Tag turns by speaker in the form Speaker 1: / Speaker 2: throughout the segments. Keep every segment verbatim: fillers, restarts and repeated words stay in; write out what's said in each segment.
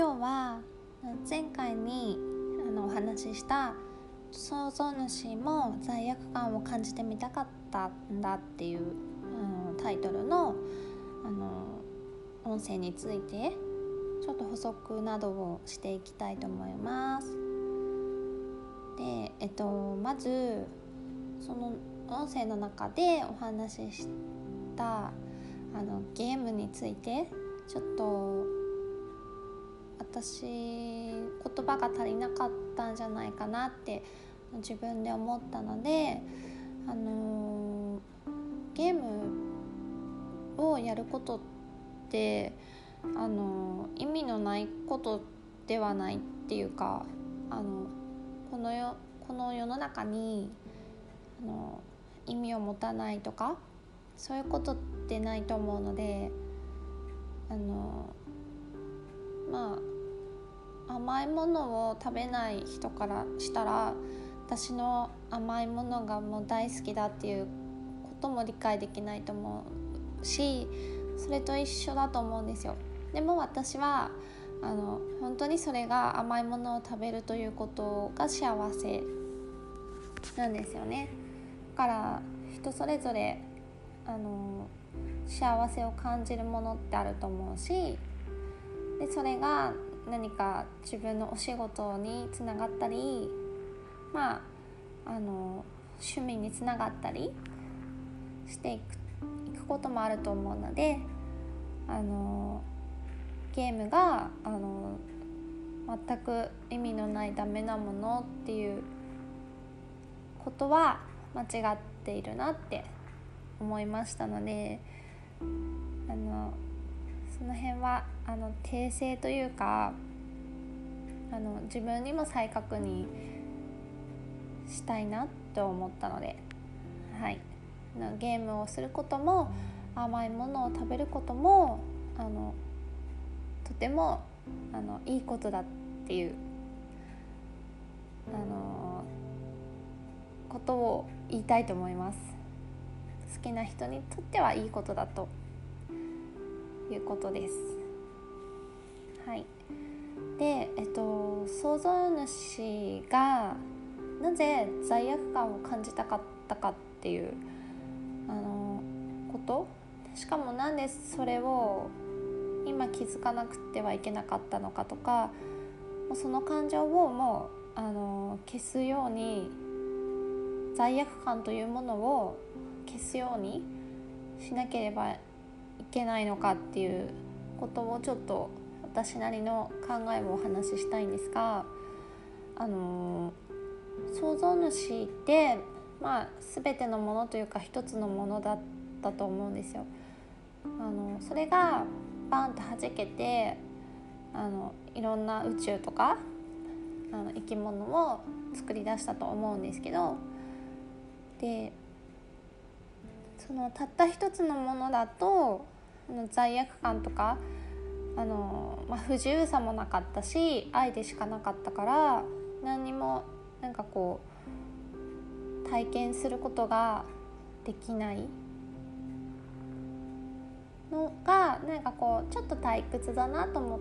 Speaker 1: 今日は前回にあのお話しした創造主も罪悪感を感じてみたかったんだっていう、うん、タイトルの、あの音声についてちょっと補足などをしていきたいと思います。で、えっと、まずその音声の中でお話ししたあのゲームについてちょっと私言葉が足りなかったんじゃないかなって自分で思ったので、あのゲームをやることってあの意味のないことではないっていうか、あのこの世、この世の中にあの意味を持たないとかそういうことってないと思うので、あのまあ甘いものを食べない人からしたら私の甘いものがもう大好きだっていうことも理解できないと思うし、それと一緒だと思うんですよ。でも私はあの本当にそれが甘いものを食べるということが幸せなんですよね。だから人それぞれあの幸せを感じるものってあると思うし、でそれが何か自分のお仕事につながったり、まああの趣味につながったりしていく、いくこともあると思うので、あのゲームがあの全く意味のないダメなものっていうことは間違っているなって思いましたので、あのその辺はあの訂正というか、あの自分にも再確認したいなと思ったので、はい、ゲームをすることも甘いものを食べることもあのとてもあのいいことだっていうあのことを言いたいと思います。好きな人にとってはいいことだということです。はい。で、えっと創造主がなぜ罪悪感を感じたかったかっていうあのこと、しかもなんでそれを今気づかなくてはいけなかったのかとか、もうその感情をもうあの消すように、罪悪感というものを消すようにしなければいけないのかっていうことをちょっと私なりの考えをお話ししたいんですが、あの創造主って、まあ、全てのものというか一つのものだったと思うんですよ。あのそれがバンと弾けてあのいろんな宇宙とかあの生き物を作り出したと思うんですけど、でそのたった一つのものだとあの罪悪感とかあの、まあ、不自由さもなかったし愛でしかなかったから、何にもなんかこう体験することができないのがなんかこうちょっと退屈だなと思って、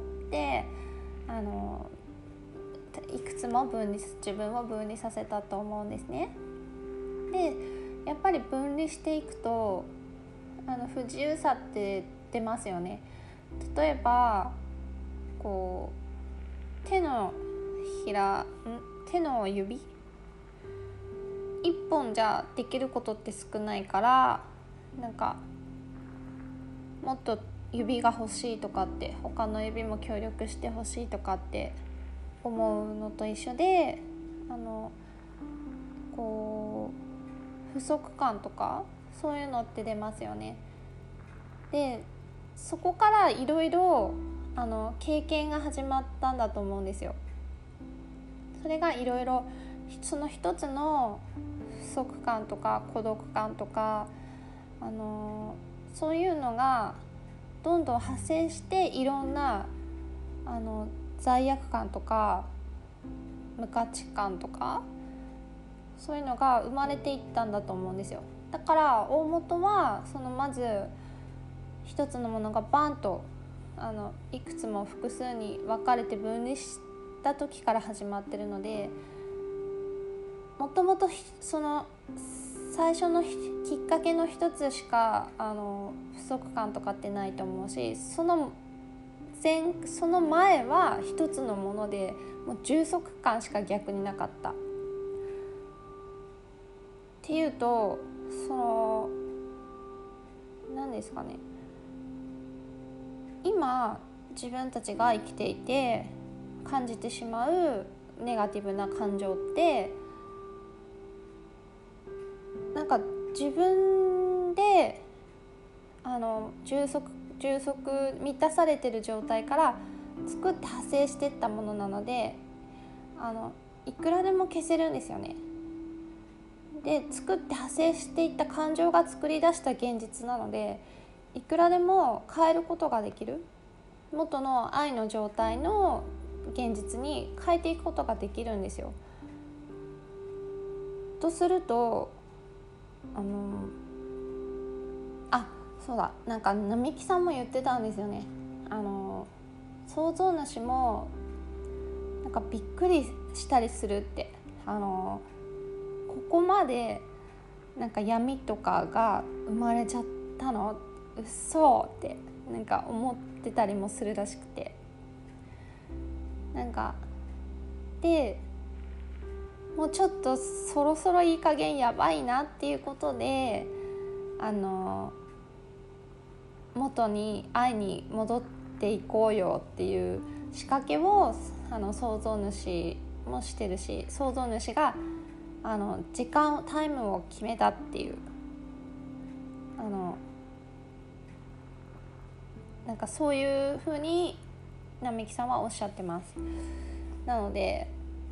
Speaker 1: あのいくつも分離自分を分離させたと思うんですね。でやっぱり分離していくとあの不自由さって出ますよね。例えばこう手のひらん手の指一本じゃできることって少ないから、なんかもっと指が欲しいとかって、他の指も協力して欲しいとかって思うのと一緒で、あのこう不足感とかそういうのって出ますよね。でそこからいろいろあの経験が始まったんだと思うんですよ。それがいろいろその一つの不足感とか孤独感とかあのそういうのがどんどん発生していろんなあの罪悪感とか無価値観とかそういうのが生まれていったんだと思うんですよ。だから大元はそのまず一つのものがバンとあのいくつも複数に分かれて分離した時から始まってるので、もともとその最初のきっかけの一つしかあの不足感とかってないと思うし、その前その前は一つのものでもう充足感しか逆になかったっていうと、その何ですかね、今自分たちが生きていて感じてしまうネガティブな感情って、なんか自分であの充足充足満たされてる状態から作って派生していったものなので、あのいくらでも消せるんですよね。で作って派生していった感情が作り出した現実なので、いくらでも変えることができる、元の愛の状態の現実に変えていくことができるんですよ。とするとあのあそうだなんか並木さんも言ってたんですよね。あの創造主もなんかびっくりしたりするって、あのここまでなんか闇とかが生まれちゃったの嘘ってなんか思ってたりもするらしくて、なんかでもうちょっとそろそろいい加減やばいなっていうことで、あの元に愛に戻っていこうよっていう仕掛けをあの創造主もしてるし、創造主があの時間タイムを決めたっていう、あのなんかそういうふうに並木さんはおっしゃってます。なので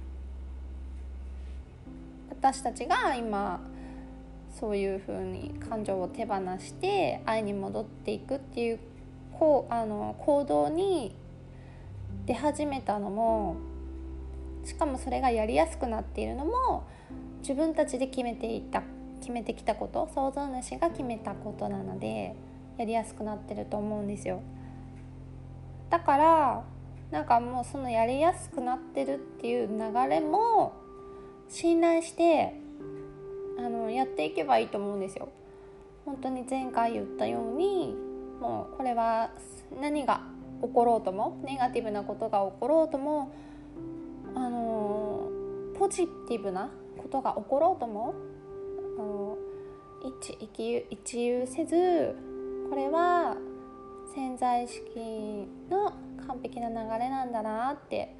Speaker 1: 私たちが今そういうふうに感情を手放して愛に戻っていくっていう、こうあの行動に出始めたのも、しかもそれがやりやすくなっているのも自分たちで決めていた決めてきたこと、創造主が決めたことなのでやりやすくなってると思うんですよ。だからなんかもうそのやりやすくなってるっていう流れも信頼してあのやっていけばいいと思うんですよ。本当に前回言ったように、もうこれは何が起ころうとも、ネガティブなことが起ころうとも、あのポジティブなことが起ころうとも、あの一一一憂せず、これは潜在意識の完璧な流れなんだなって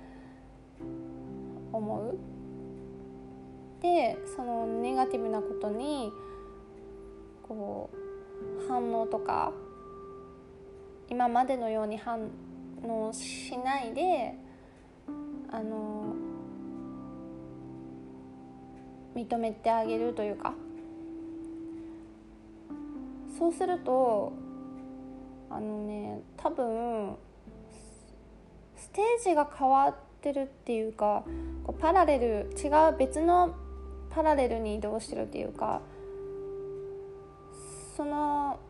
Speaker 1: 思う。でそのネガティブなことにこう反応とか今までのように反応しないで、あの認めてあげるというか、そうするとあのね多分ステージが変わってるっていうか、こうパラレル違う別のパラレルに移動してるっていうか、その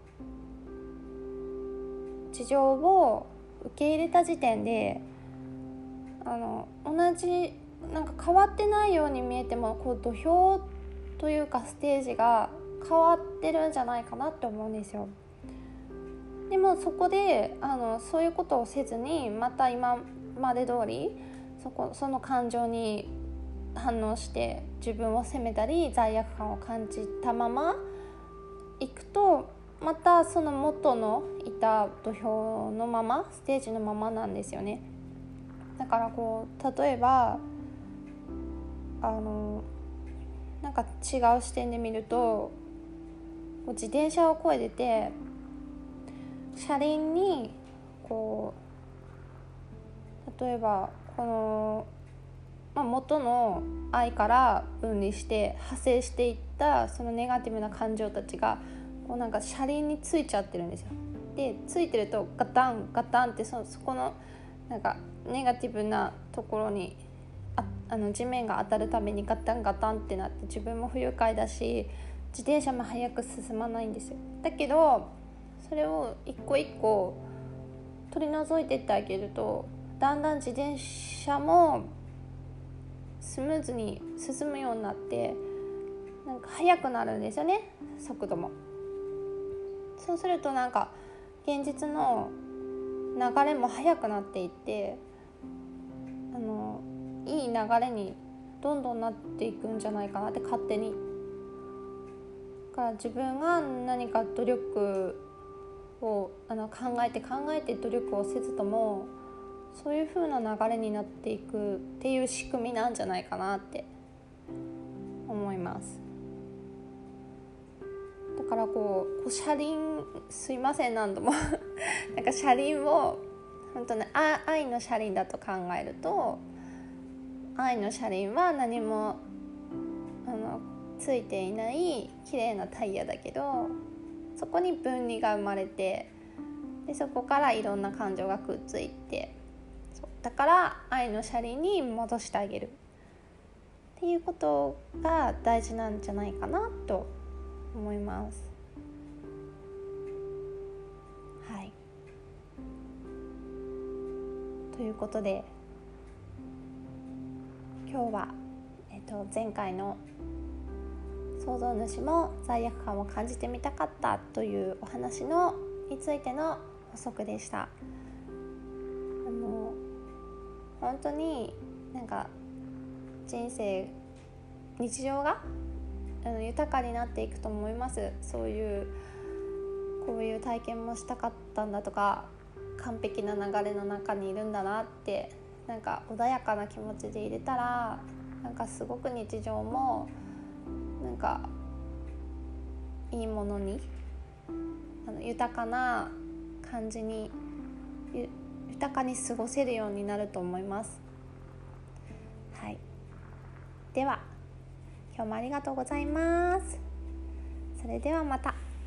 Speaker 1: 事情を受け入れた時点であの同じなんか変わってないように見えても、こう土俵というかステージが変わってるんじゃないかなって思うんですよ。でもそこであのそういうことをせずに、また今まで通りそこその感情に反応して自分を責めたり罪悪感を感じたままいくと、またその元のいた土俵のままステージのままなんですよね。だからこう例えばあのなんか違う視点で見ると、こう自転車を越えてて車輪にこう例えばこの、まあ、元の愛から分離して派生していったそのネガティブな感情たちがこうなんか車輪についちゃってるんですよ。でついてるとガタンガタンって そ, そこのなんかネガティブなところにああの地面が当たるためにガタンガタンってなって、自分も不愉快だし自転車も早く進まないんですよ。だけどそれを一個一個取り除いてってあげると、だんだん自転車もスムーズに進むようになって、なんか速くなるんですよね、速度も。そうするとなんか現実の流れも速くなっていって、あのいい流れにどんどんなっていくんじゃないかなって、勝手に。だから自分が何か努力をあの考えて考えて努力をせずとも、そういう風な流れになっていくっていう仕組みなんじゃないかなって思います。だからこう、こう車輪、すいません何度もなんか車輪を本当ね、愛の車輪だと考えると、愛の車輪は何もあのついていない綺麗なタイヤだけど、そこに分離が生まれて、でそこからいろんな感情がくっついて、そうだから愛の車輪に戻してあげるっていうことが大事なんじゃないかなと思います。はい。ということで、今日は、えっと、前回の創造主も罪悪感を感じてみたかったというお話のについての補足でした。あの本当になんか人生、日常があの豊かになっていくと思います。そういうこういう体験もしたかったんだとか、完璧な流れの中にいるんだなって、なんか穏やかな気持ちでいれたら、なんかすごく日常もなんかいいものに、あの豊かな感じに、豊かに過ごせるようになると思います。はい。では今日もありがとうございます。それではまた。